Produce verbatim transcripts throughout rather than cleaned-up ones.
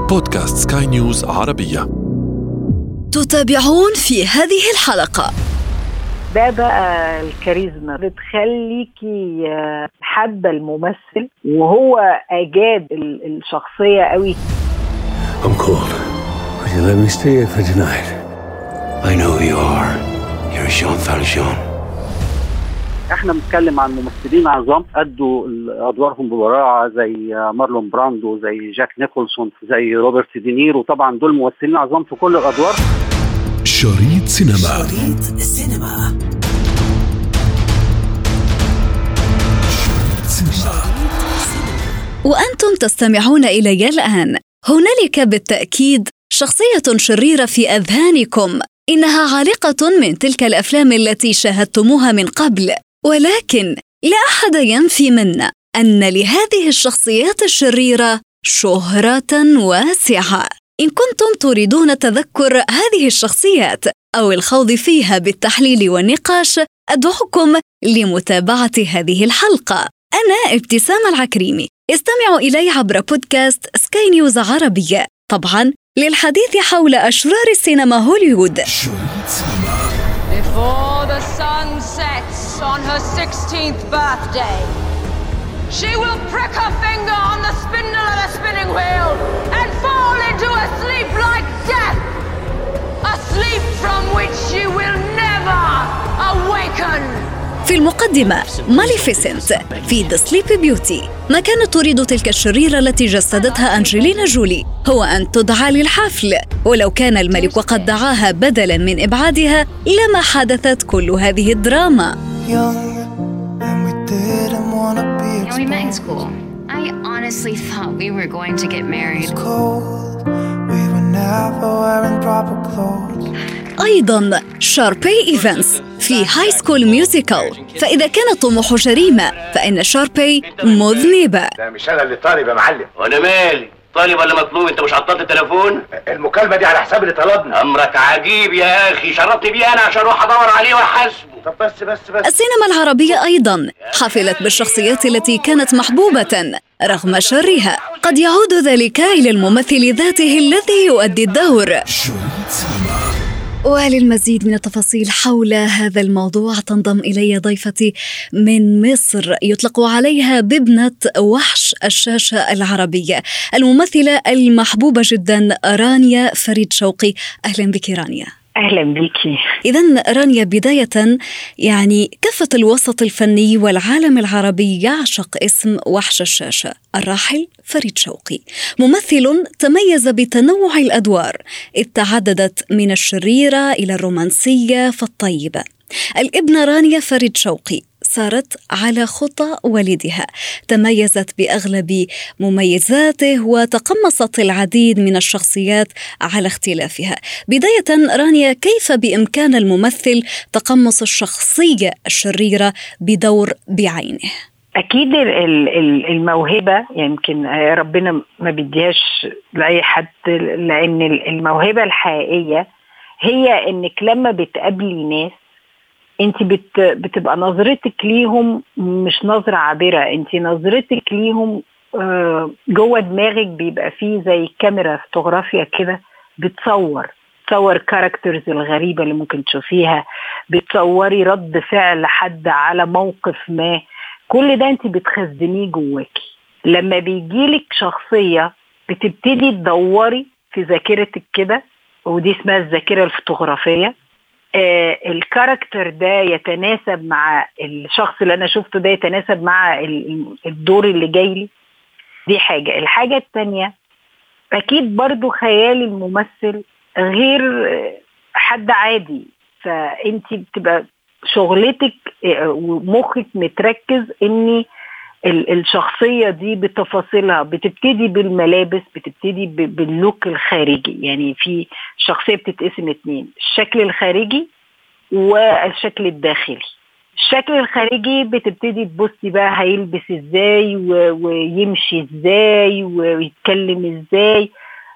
بودكاست سكاي نيوز عربية. تتابعون في هذه الحلقة. ده بقى الكاريزما بتخليكي حابة الممثل وهو أجاد الشخصية قوي. I'm cold. Would you let me stay for tonight? I know who you are. You're Jean Valjean. احنا بنتكلم عن ممثلين عظام أدوا أدوارهم ببراعة زي مارلون براندو، زي جاك نيكولسون، زي روبرت دينيرو. طبعا دول ممثلين عظام في كل الأدوار. شريط سينما. شريط سينما. وأنتم تستمعون إلي الآن. هنالك بالتأكيد شخصية شريرة في أذهانكم، إنها عالقة من تلك الأفلام التي شاهدتموها من قبل، ولكن لا أحد ينفي منا أن لهذه الشخصيات الشريرة شهرة واسعة. إن كنتم تريدون تذكر هذه الشخصيات أو الخوض فيها بالتحليل والنقاش، أدعوكم لمتابعة هذه الحلقة. أنا ابتسام العكريمي، استمعوا إلي عبر بودكاست سكاي نيوز عربية، طبعاً للحديث حول أشرار السينما هوليوود. Before the sun sets on her sixteenth birthday, she will prick her finger on the spindle of the spinning wheel and fall into a sleep like death, a sleep from which she will never awaken. في المقدمة ماليفيسنت في The Sleepy Beauty. ما كانت تريد تلك الشريرة التي جسدتها أنجلينا جولي هو أن تدعى للحفل، ولو كان الملك قد دعاها بدلاً من إبعادها لما حدثت كل هذه الدراما. We met in school. I honestly thought we were going to get married. أيضاً شاربي إيفانس في هاي سكول ميوزيكال. فإذا كان طموح جريمة فإن شاربي مذنبة. ده مش أنا اللي طالب يا معلم. وأنا مالي طالب ولا مطلوب؟ أنت مش عطلت التليفون؟ المكالمة دي على حساب اللي طلبنا. أمرك عجيب يا أخي، شرطني بيه أنا عشان أروح أدور عليه وأحاسبه. طب بس بس بس السينما العربية أيضاً حفلت بالشخصيات التي كانت محبوبة رغم شرها. قد يعود ذلك إلى الممثل ذاته الذي يؤدي الدور. وللمزيد من التفاصيل حول هذا الموضوع تنضم إلي ضيفتي من مصر، يطلق عليها بابنة وحش الشاشة العربية، الممثلة المحبوبة جدا رانيا فريد شوقي. أهلا بك رانيا. أهلا بيكي. إذن رانيا، بداية يعني كافة الوسط الفني والعالم العربي يعشق اسم وحش الشاشة الراحل فريد شوقي، ممثل تميز بتنوع الأدوار إذ تعددت من الشريرة إلى الرومانسية فالطيبة. الابنة رانيا فريد شوقي سارت على خطى والدها، تميزت بأغلب مميزاته وتقمصت العديد من الشخصيات على اختلافها. بداية رانيا، كيف بإمكان الممثل تقمص الشخصية الشريرة بدور بعينه؟ أكيد الموهبة يمكن ربنا ما بيديهاش لأي حد، لأن الموهبة الحقيقية هي إنك لما بتقابلي ناس انت بت بتبقى نظرتك ليهم مش نظرة عابرة، انت نظرتك ليهم جوه دماغك بيبقى فيه زي كاميرا فوتوغرافيا كده، بتصور تصور كاركترز الغريبة اللي ممكن تشوفيها، بتصوري رد فعل حد على موقف ما، كل ده انت بتخزنيه جواكي. لما بيجيلك شخصية بتبتدي تدوري في ذاكرتك كده، ودي اسمها الذاكرة الفوتوغرافية. آه الكاركتر ده يتناسب مع الشخص اللي أنا شفته، ده يتناسب مع الدور اللي جاي لي. دي حاجة. الحاجة التانية أكيد برضو خيال الممثل غير حد عادي، فأنت بتبقى شغلتك ومخك متركز إني الشخصية دي بتفاصيلها، بتبتدي بالملابس، بتبتدي باللوك الخارجي. يعني في شخصية بتتقسم اتنين، الشكل الخارجي والشكل الداخلي. الشكل الخارجي بتبتدي تبصي بقى هيلبس ازاي ويمشي ازاي ويتكلم ازاي،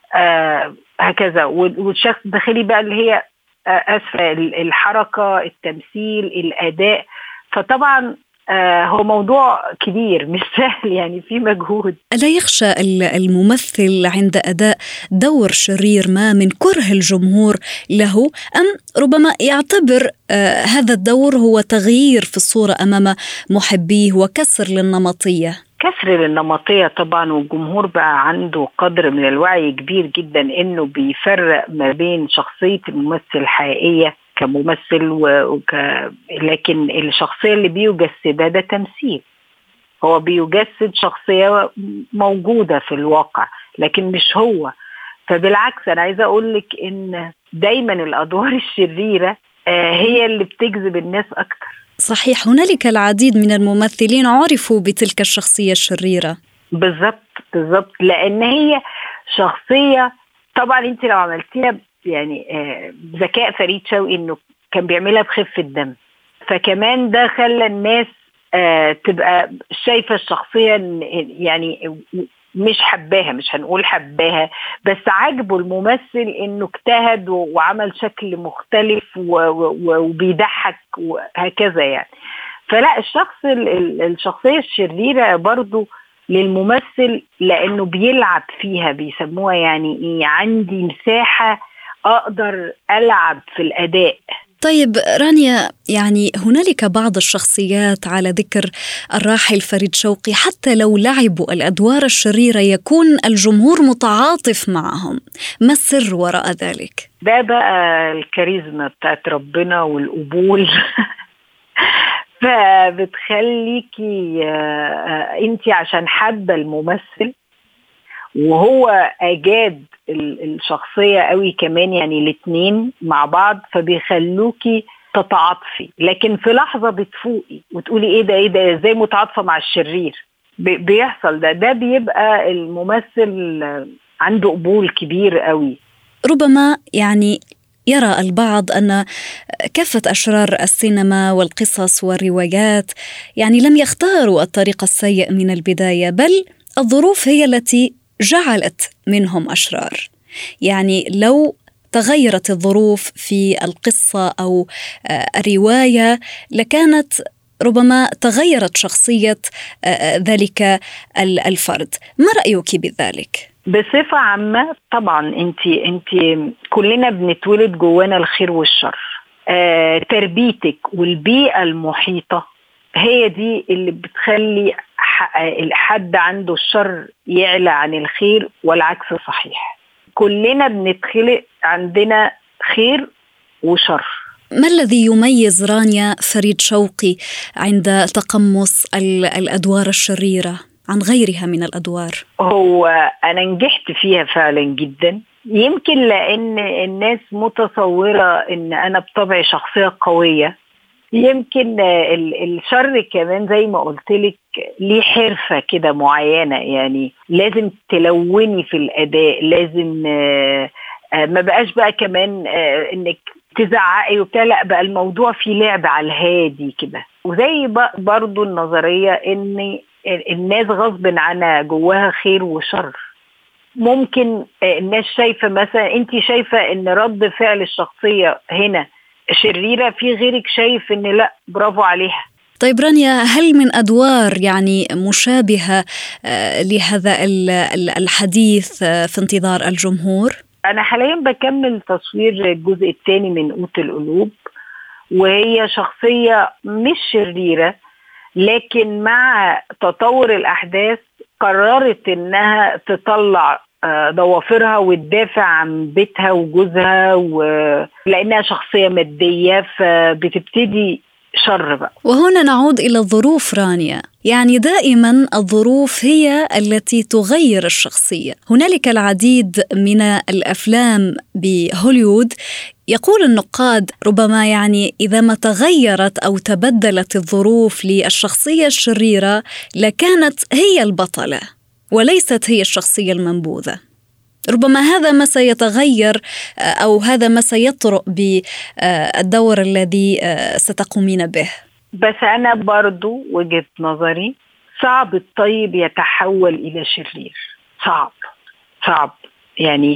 آه هكذا. والشخص الداخلي بقى اللي هي آه اسفة الحركة، التمثيل، الأداء. فطبعا آه هو موضوع كبير مش سهل، يعني في مجهود. ألا يخشى الممثل عند أداء دور شرير ما من كره الجمهور له، أم ربما يعتبر آه هذا الدور هو تغيير في الصورة أمام محبيه وكسر للنمطية؟ كسر للنمطية طبعا، والجمهور بقى عنده قدر من الوعي كبير جدا إنه بيفرق ما بين شخصية الممثل الحقيقية كممثل وك... لكن الشخصية اللي بيجسدها ده تمثيل، هو بيجسد شخصية موجودة في الواقع لكن مش هو. فبالعكس أنا عايزة أقولك إن دايما الأدوار الشريرة هي اللي بتجذب الناس أكتر. صحيح، هنالك العديد من الممثلين عرفوا بتلك الشخصية الشريرة. بالضبط بالضبط، لأن هي شخصية طبعا أنت لو عملتيها يعني ذكاء فريد شوقي إنه كان بيعملها بخفة دم، فكمان ده خلى الناس تبقى شايفة الشخصية يعني مش حباها، مش هنقول حباها، بس عجبه الممثل إنه اجتهد وعمل شكل مختلف وبيضحك وهكذا يعني. فلا الشخص الشخصية الشريرة برضو للممثل لأنه بيلعب فيها، بيسموها يعني إيه، عندي مساحة أقدر ألعب في الأداء. طيب رانيا، يعني هنالك بعض الشخصيات على ذكر الراحل فريد شوقي حتى لو لعبوا الأدوار الشريرة يكون الجمهور متعاطف معهم، ما السر وراء ذلك؟ ده بقى الكاريزما بتاعت ربنا والقبول فبتخليكي انتي عشان حابة الممثل وهو أجاد الشخصية قوي كمان، يعني الاتنين مع بعض، فبيخلوكي تتعاطفي، لكن في لحظة بتفوقي وتقولي ايه ده ايه ده ازاي متعاطفة مع الشرير. بيحصل ده ده بيبقى الممثل عنده قبول كبير قوي. ربما يعني يرى البعض أن كافة أشرار السينما والقصص والروايات يعني لم يختاروا الطريق السيء من البداية، بل الظروف هي التي جعلت منهم أشرار. يعني لو تغيرت الظروف في القصة أو الرواية لكانت ربما تغيرت شخصية ذلك الفرد. ما رأيك بذلك؟ بصفة عامة طبعا انت انت كلنا بنتولد جوانا الخير والشر. آه، تربيتك والبيئة المحيطة هي دي اللي بتخلي حد عنده الشر يعلى عن الخير والعكس صحيح. كلنا بنتخلق عندنا خير وشر. ما الذي يميز رانيا فريد شوقي عند تقمص الأدوار الشريرة عن غيرها من الأدوار؟ هو أنا نجحت فيها فعلا جدا، يمكن لأن الناس متصورة أن أنا بطبعي شخصية قوية. يمكن الشر كمان زي ما قلتلك ليه حرفة كده معينة، يعني لازم تلوني في الأداء، لازم ما بقاش بقى كمان انك تزعقي وبتاع، لا بقى الموضوع فيه لعب على الهادي كده. وزي برضو النظرية ان الناس غصب عنها جواها خير وشر. ممكن الناس شايفة مثلا، انت شايفة ان رد فعل الشخصية هنا شريرة، في غيرك شايف ان لا برافو عليها. طيب رانيا، هل من أدوار يعني مشابهة لهذا الحديث في انتظار الجمهور؟ أنا حاليا بكمل تصوير الجزء الثاني من قوت القلوب، وهي شخصية مش شريرة لكن مع تطور الأحداث قررت إنها تطلع ضوافرها وتدافع عن بيتها وجوزها، ولأنها شخصية مادية فبتبتدي شر بقى. وهنا نعود إلى الظروف رانيا، يعني دائما الظروف هي التي تغير الشخصية. هنالك العديد من الأفلام بهوليوود يقول النقاد ربما يعني إذا ما تغيرت أو تبدلت الظروف للشخصية الشريرة لكانت هي البطلة وليست هي الشخصية المنبوذة. ربما هذا ما سيتغير أو هذا ما سيطرأ بالدور الذي ستقومين به. بس أنا برضو وجهة نظري صعب الطيب يتحول إلى شرير، صعب صعب يعني،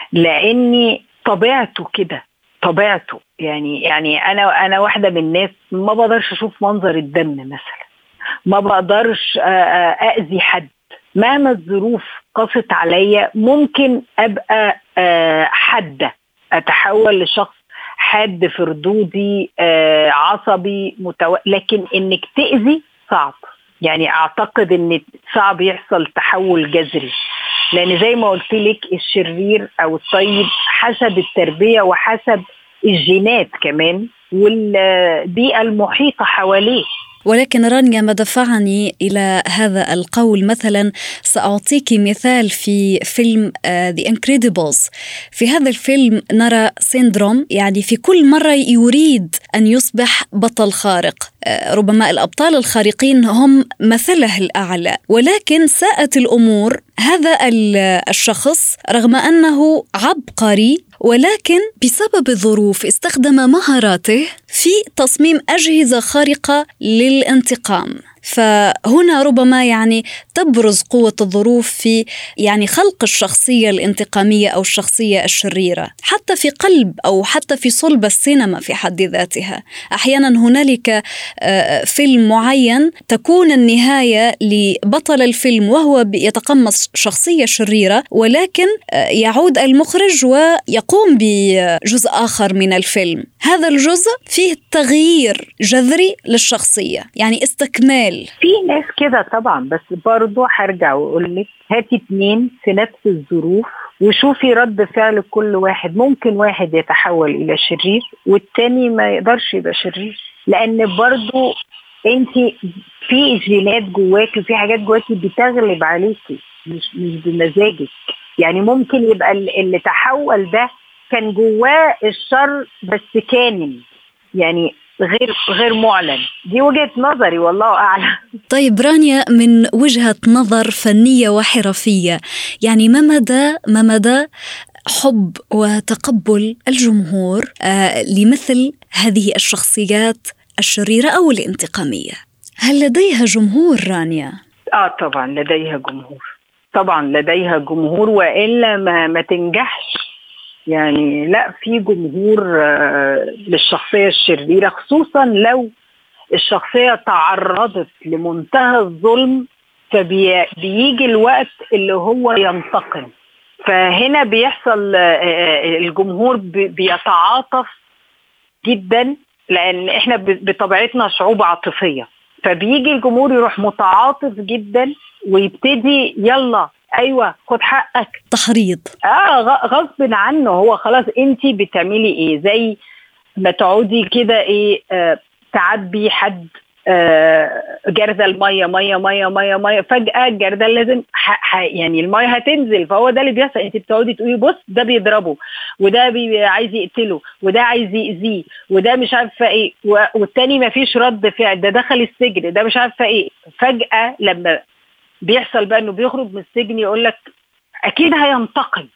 لأني طبيعته كده، طبيعته يعني يعني أنا أنا واحدة من الناس ما بقدرش أشوف منظر الدم مثلا، ما بقدرش أأذي حد مهما الظروف قصت عليا. ممكن أبقى حادة، أتحول لشخص حاد في ردودي، عصبي متو... لكن إنك تأذي صعب. يعني أعتقد إن صعب يحصل تحول جذري، لأن زي ما قلت لك الشرير أو الطيب حسب التربية وحسب الجينات كمان والبيئة المحيطة حواليه. ولكن رانيا ما دفعني إلى هذا القول، مثلا سأعطيك مثال في فيلم uh, The Incredibles. في هذا الفيلم نرى سيندروم، يعني في كل مرة يريد أن يصبح بطل خارق. uh, ربما الأبطال الخارقين هم مثله الأعلى، ولكن ساءت الأمور. هذا الشخص رغم أنه عبقري، ولكن بسبب الظروف استخدم مهاراته في تصميم أجهزة خارقة للانتقام. فهنا ربما يعني تبرز قوة الظروف في يعني خلق الشخصية الانتقامية أو الشخصية الشريرة، حتى في قلب أو حتى في صلب السينما في حد ذاتها. أحيانا هنالك فيلم معين تكون النهاية لبطل الفيلم وهو يتقمص شخصية شريرة، ولكن يعود المخرج ويقوم بجزء آخر من الفيلم. هذا الجزء فيه تغيير جذري للشخصية، يعني استكمال. في ناس كده طبعا، بس برضو هرجع واقول لك هاتي اتنين في نفس الظروف وشوفي رد فعل كل واحد. ممكن واحد يتحول الى شرير والتاني ما يقدرش يبقى شرير، لان برضو انت في جينات جواكي وفي حاجات جواكي بتغلب عليكي، مش مش بمزاجك. يعني ممكن يبقى اللي تحول ده كان جواه الشر بس كان يعني غير غير معلن. دي وجهة نظري والله أعلم. طيب رانيا، من وجهة نظر فنية وحرفية، يعني ما مدى ما مدى حب وتقبل الجمهور آه لمثل هذه الشخصيات الشريرة أو الانتقامية؟ هل لديها جمهور رانيا؟ آه طبعا لديها جمهور، طبعا لديها جمهور، وإلا ما, ما تنجحش. يعني لا، في جمهور للشخصية الشريرة، خصوصا لو الشخصية تعرضت لمنتهى الظلم، فبيجي الوقت اللي هو ينتقم. فهنا بيحصل الجمهور بيتعاطف جدا، لأن احنا بطبيعتنا شعوب عاطفية، فبيجي الجمهور يروح متعاطف جدا ويبتدي يلا ايوه خد حقك، تحريض. اه غصب عنه. هو خلاص انتي بتعملي ايه؟ زي ما تقعدي كده ايه آه تعبي حد آه جردل ميه ميه ميه ميه ميه، فجاه الجردل لازم ح- ح- يعني الميه هتنزل. فهو ده اللي بيحصل. انتي بتقعدي تقولي بص ده بيضربه، وده بي عايز يقتله، وده عايز يأذيه، وده مش عارفه ايه، والتاني ما فيش رد فعل، ده دخل السجن، ده مش عارفه ايه. فجاه لما بيحصل بقى انه بيخرج من السجن يقولك اكيد هينتقم.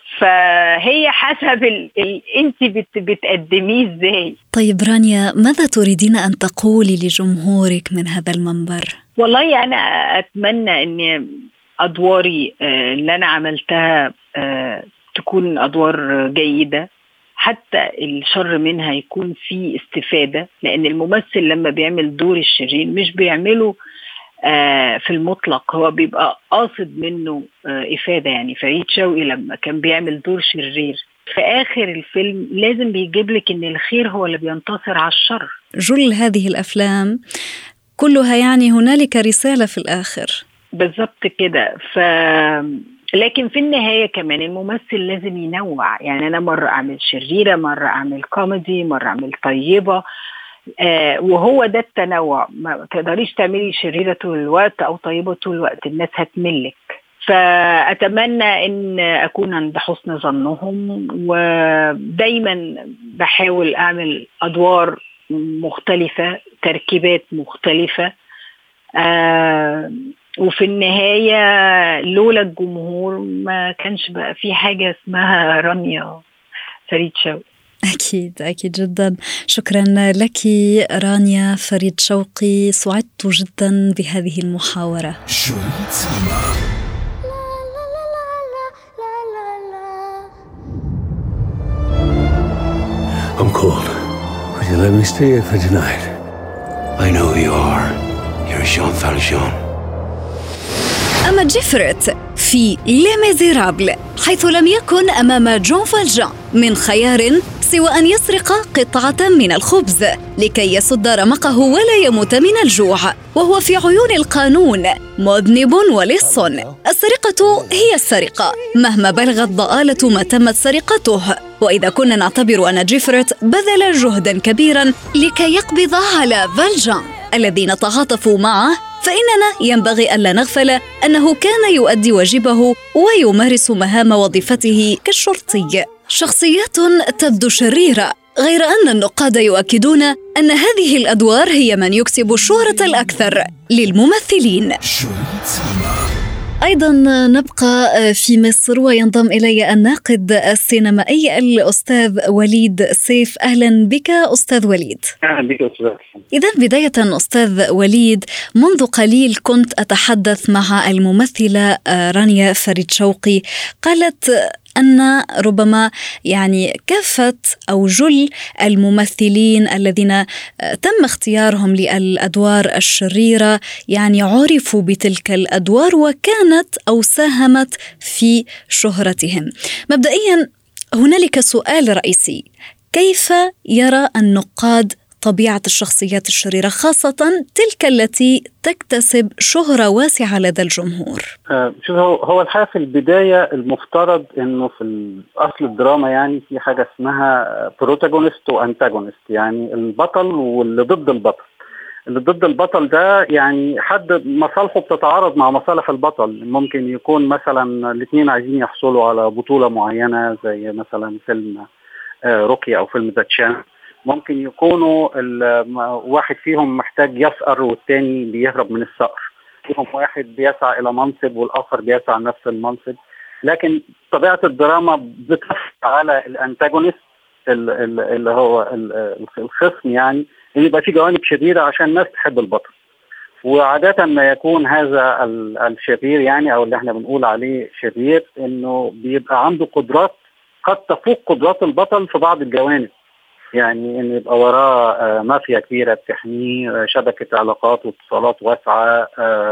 فهي حسب ال... ال... انت بت... بتقدميه ازاي. طيب رانيا، ماذا تريدين ان تقولي لجمهورك من هذا المنبر؟ والله انا اتمنى ان ادواري اللي انا عملتها تكون ادوار جيدة، حتى الشر منها يكون فيه استفادة، لان الممثل لما بيعمل دور الشرير مش بيعمله آه في المطلق، هو بيبقى قاصد منه آه إفادة. يعني فريد شوقي لما كان بيعمل دور شرير في آخر الفيلم لازم بيجيب لك إن الخير هو اللي بينتصر على الشر. جل هذه الأفلام كلها يعني هنالك رسالة في الآخر. بالضبط كده. ف لكن في النهاية كمان الممثل لازم ينوع. يعني أنا مرة أعمل شريرة، مرة أعمل كوميدي، مرة أعمل طيبة، آه وهو ده التنوع. ما تقدريش تعملي شريرة طول الوقت أو طيبة طول الوقت، الناس هتملك. فأتمنى أن أكون عند حسن ظنهم، ودايما بحاول أعمل أدوار مختلفة، تركيبات مختلفة، آه وفي النهاية لولا الجمهور ما كانش بقى في حاجة اسمها رانيا فريد شوقي. أكيد أكيد جدا. شكرا لك رانيا فريد شوقي، سعدت جدا بهذه المحاورة. شريط سينما. I'm cold. Would you let me stay here for tonight? I know who you are. You're Jean Valjean. أما جيفرت في لي ميزيرابل حيث لم يكن أمام جون فالجان من خيار سوى أن يسرق قطعة من الخبز لكي يسد رمقه ولا يموت من الجوع، وهو في عيون القانون مذنب ولص. السرقة هي السرقة مهما بلغت ضآلة ما تمت سرقته، وإذا كنا نعتبر أن جيفرت بذل جهداً كبيراً لكي يقبض على فالجان الذي نتعاطف معه، فإننا ينبغي ألا نغفل أنه كان يؤدي واجبه ويمارس مهام وظيفته كالشرطي. شخصيات تبدو شريرة، غير أن النقاد يؤكدون أن هذه الأدوار هي من يكسب الشهرة الأكثر للممثلين. أيضاً نبقى في مصر وينضم إلي الناقد السينمائي الأستاذ وليد سيف. أهلاً بك أستاذ وليد. أهلاً بك أستاذ. إذن بداية أستاذ وليد، منذ قليل كنت أتحدث مع الممثلة رانيا فريد شوقي، قالت أن ربما يعني كافة أو جل الممثلين الذين تم اختيارهم للأدوار الشريرة يعني عرفوا بتلك الأدوار وكانت أو ساهمت في شهرتهم. مبدئيا هنالك سؤال رئيسي: كيف يرى النقاد طبيعة الشخصيات الشريرة، خاصة تلك التي تكتسب شهرة واسعة لدى الجمهور؟ آه شوف، هو هو الحقيقة في البداية المفترض إنه في أصل الدراما يعني في حاجة اسمها بروتاغونست وأنتاغونست، يعني البطل واللي ضد البطل. اللي ضد البطل ده يعني حد مصالحه بتتعارض مع مصالح البطل. ممكن يكون مثلا الاثنين عايزين يحصلوا على بطولة معينة زي مثلا فيلم آه روكي أو فيلم ذا تشان. ممكن يكونوا واحد فيهم محتاج يسأر والتاني بيهرب من السأر، فيهم واحد بيسعى إلى منصب والآخر بيسعى نفس المنصب. لكن طبيعة الدراما بتفرق على الأنتاجونست اللي هو الخصم، يعني إن يبقى في جوانب شريرة عشان الناس تحب البطل. وعادة ما يكون هذا الشرير يعني أو اللي احنا بنقول عليه شرير إنه بيبقى عنده قدرات قد تفوق قدرات البطل في بعض الجوانب، يعني إن يبقى وراه مافيا كبيرة بتحميه، شبكة علاقات واتصالات واسعة،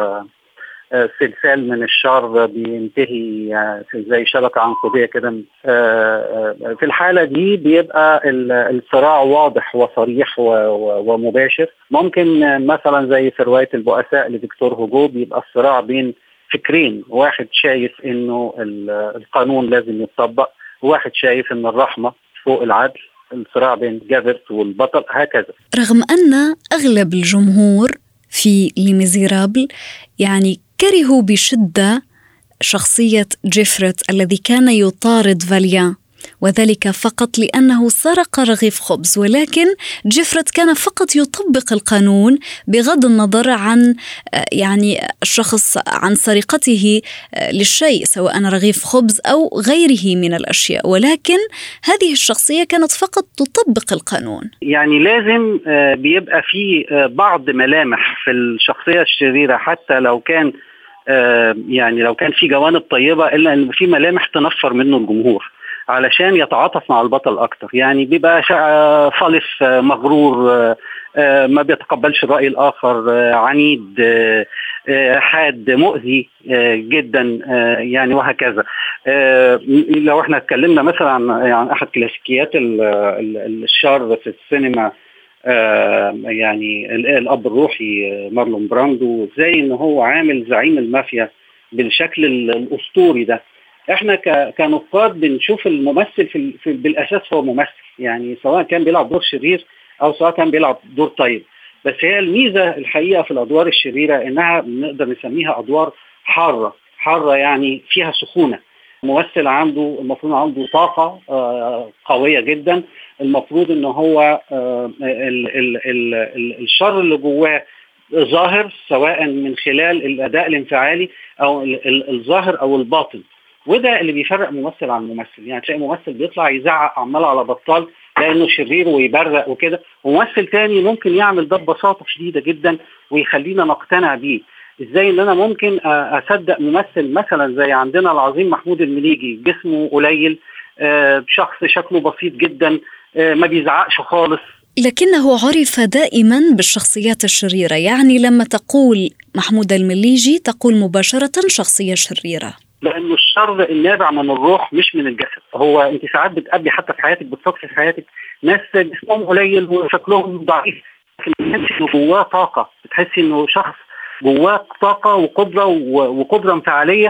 سلسال من الشر بينتهي زي شبكة عنقودية كده. في الحالة دي بيبقى الصراع واضح وصريح ومباشر. ممكن مثلا زي في رواية البؤساء لفيكتور هوجو بيبقى الصراع بين فكرين، واحد شايف إنه القانون لازم يتطبق، وواحد شايف إن الرحمة فوق العدل. الصراع بين جافرت والبطل هكذا. رغم أن أغلب الجمهور في لي ميزيرابل يعني كرهوا بشدة شخصية جيفرت الذي كان يطارد فاليان، وذلك فقط لأنه سرق رغيف خبز، ولكن جيفرت كان فقط يطبق القانون بغض النظر عن يعني الشخص عن سرقته للشيء سواء رغيف خبز أو غيره من الأشياء، ولكن هذه الشخصية كانت فقط تطبق القانون. يعني لازم بيبقى في بعض ملامح في الشخصية الشريرة حتى لو كان يعني لو كان في جوانب طيبة، إلا أن في ملامح تنفر منه الجمهور علشان يتعاطف مع البطل أكتر. يعني بيبقى صالف، مغرور، ما بيتقبلش الرأي الآخر، عنيد، حاد، مؤذي جدا يعني وهكذا. لو احنا اتكلمنا مثلا عن أحد كلاسيكيات الشر في السينما يعني الأب الروحي مارلون براندو، زي إن هو عامل زعيم المافيا بالشكل الأسطوري ده. احنا كنقاد بنشوف الممثل في, في بالاساس هو ممثل، يعني سواء كان بيلعب دور شرير او سواء كان بيلعب دور طيب. بس هي الميزه الحقيقه في الادوار الشريره انها بنقدر نسميها ادوار حاره حاره يعني فيها سخونه. ممثل عنده المفروض عنده طاقه آه قويه جدا، المفروض ان هو آه ال ال ال ال الشر اللي جواه ظاهر سواء من خلال الاداء الانفعالي او الظاهر او الباطن. وده اللي بيفرق ممثل عن ممثل. يعني تلاقي ممثل بيطلع يزعق عمال على بطال لانه شرير ويبرق وكده، وممثل تاني ممكن يعمل ده ببساطه شديده جدا ويخلينا نقتنع بيه. ازاي ان انا ممكن اصدق ممثل مثلا زي عندنا العظيم محمود المليجي، جسمه قليل، شخص شكله بسيط جدا، ما بيزعقش خالص، لكنه عرف دائما بالشخصيات الشريرة. يعني لما تقول محمود المليجي تقول مباشرة شخصية شريرة، لأنه الشر النابع من الروح مش من الجسد. هو أنت ساعات بتقابلي حتى في حياتك، بتفكر في حياتك ناس جسمهم قليل وشكلهم ضعيف، لكن بتحسي إنه جواه طاقة، بتحسي إنه شخص جواه طاقة وقدرة وقدرة انفعالية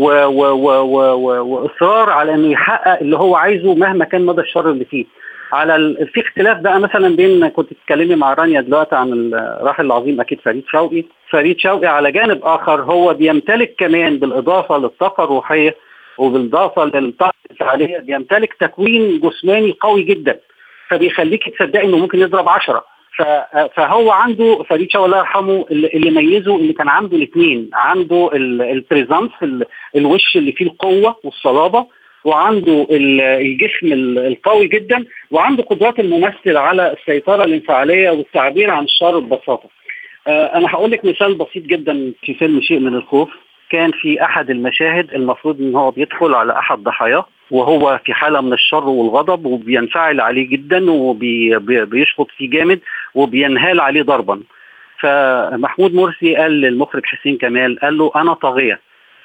وإصرار على إنه يحقق اللي هو عايزه مهما كان مدى الشر اللي فيه. على ال... في اختلاف بقى مثلا بين، كنت تتكلمي مع رانيا دلوقتي عن الراحل العظيم اكيد فريد شوقي. فريد شوقي على جانب اخر هو بيمتلك كمان بالاضافه للطاقه الروحيه وبالاضافه للطاقه الفعاليه بيمتلك تكوين جسماني قوي جدا، فبيخليك تصدقي انه ممكن يضرب عشرة. ف... فهو عنده فريد شوقي الله يرحمه اللي, اللي ميزه اللي كان عنده الاثنين، عنده البريزانس ال... الوش اللي فيه القوه والصلابه، وعنده الجسم القوي جدا، وعنده قدرات الممثل على السيطرة الانفعالية والتعبير عن الشر ببساطة. أنا هقول لك مثال بسيط جدا في فيلم شيء من الخوف. كان في أحد المشاهد المفروض إن هو بيدخل على أحد ضحاياه وهو في حالة من الشر والغضب وبينفعل عليه جدا وبيشخط فيه جامد وبينهال عليه ضربا. فمحمود مرسي قال للمخرج حسين كمال، قال له أنا طاغية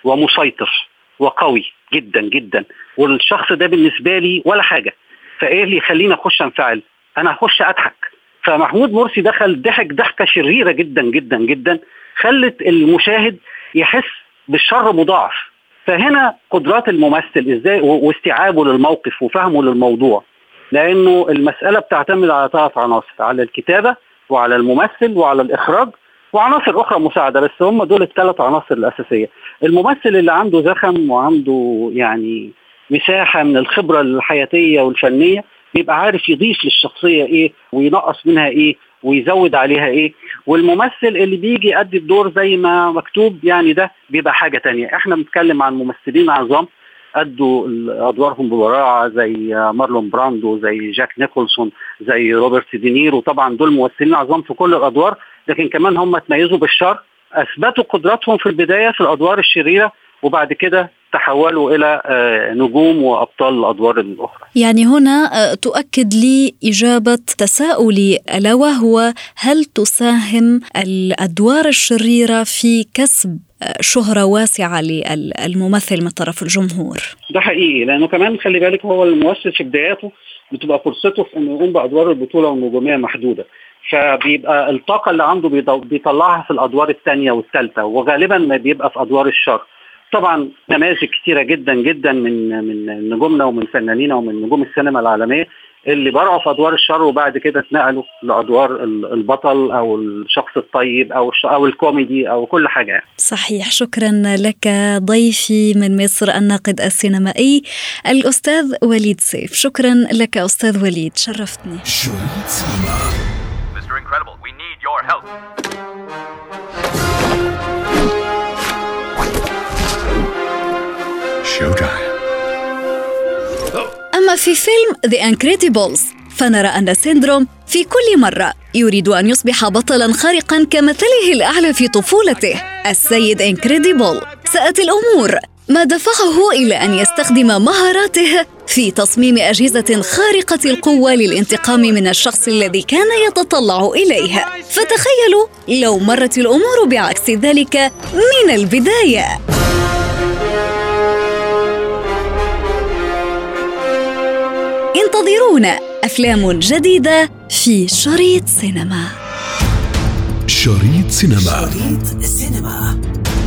ومسيطر وقوي جدا جدا، والشخص ده بالنسبه لي ولا حاجه، فايه اللي يخليني اخش انفعل؟ انا هخش اضحك. فمحمود مرسي دخل ضحك ضحكه شريره جدا جدا جدا، خلت المشاهد يحس بالشر مضاعف. فهنا قدرات الممثل ازاي واستيعابه للموقف وفهمه للموضوع، لانه المساله بتعتمد على ثلاث عناصر، على الكتابه وعلى الممثل وعلى الاخراج وعناصر أخرى مساعدة، بس هم دول الثلاث عناصر الأساسية. الممثل اللي عنده زخم وعنده يعني مساحة من الخبرة الحياتية والفنية بيبقى عارف يضيف للشخصية إيه وينقص منها إيه ويزود عليها إيه. والممثل اللي بيجي يأدي الدور زي ما مكتوب يعني ده بيبقى حاجة تانية. إحنا بنتكلم عن ممثلين عظام أدوا أدوارهم ببراعة زي مارلون براندو، زي جاك نيكولسون، زي روبرت دينيرو. طبعا دول ممثلين عظام في كل الأدوار، لكن كمان هم تميزوا بالشر، أثبتوا قدراتهم في البداية في الأدوار الشريرة وبعد كده تحولوا إلى نجوم وأبطال الأدوار الأخرى. يعني هنا تؤكد لي إجابة تساؤلي، ألا وهو هل تساهم الأدوار الشريرة في كسب شهرة واسعة للممثل من طرف الجمهور؟ ده حقيقي، لأنه كمان خلي بالك هو الممثل في بداياته بتبقى فرصته في أنه يقوم بأدوار البطولة والنجومية محدودة، فبيبقى الطاقة اللي عنده بيطلعها في الأدوار الثانية والثالثة، وغالبا ما بيبقى في أدوار الشر. طبعا نماذج كتيرة جدا جدا من من نجومنا ومن فنانينا ومن نجوم السينما العالمية اللي برعوا في أدوار الشر وبعد كده اتنقلوا لأدوار البطل أو الشخص الطيب أو أو الكوميدي أو كل حاجة يعني. صحيح. شكرا لك ضيفي من مصر الناقد السينمائي الأستاذ وليد سيف. شكرا لك أستاذ وليد، شرفتني. شريط سينما. Mister Incredible, we need your help. Showtime. أما في فيلم The Incredibles فنرى أن سيندروم في كل مرة يريد أن يصبح بطلاً خارقاً كمثله الأعلى في طفولته السيد إنكريديبل. ساءت الأمور، ما دفعه إلى أن يستخدم مهاراته في تصميم أجهزة خارقة القوة للانتقام من الشخص الذي كان يتطلع إليه. فتخيلوا لو مرت الأمور بعكس ذلك من البداية. انتظرونا أفلام جديدة في شريط سينما. شريط سينما. شريط سينما.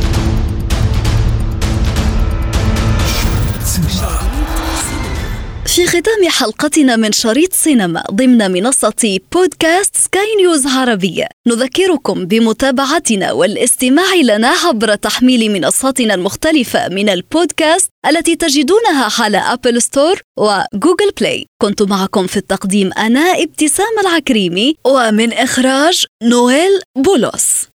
في ختام حلقتنا من شريط سينما ضمن منصة بودكاست سكاي نيوز عربية، نذكركم بمتابعتنا والاستماع لنا عبر تحميل منصاتنا المختلفة من البودكاست التي تجدونها على أبل ستور وجوجل بلاي. كنت معكم في التقديم أنا ابتسام العكريمي، ومن إخراج نويل بولوس.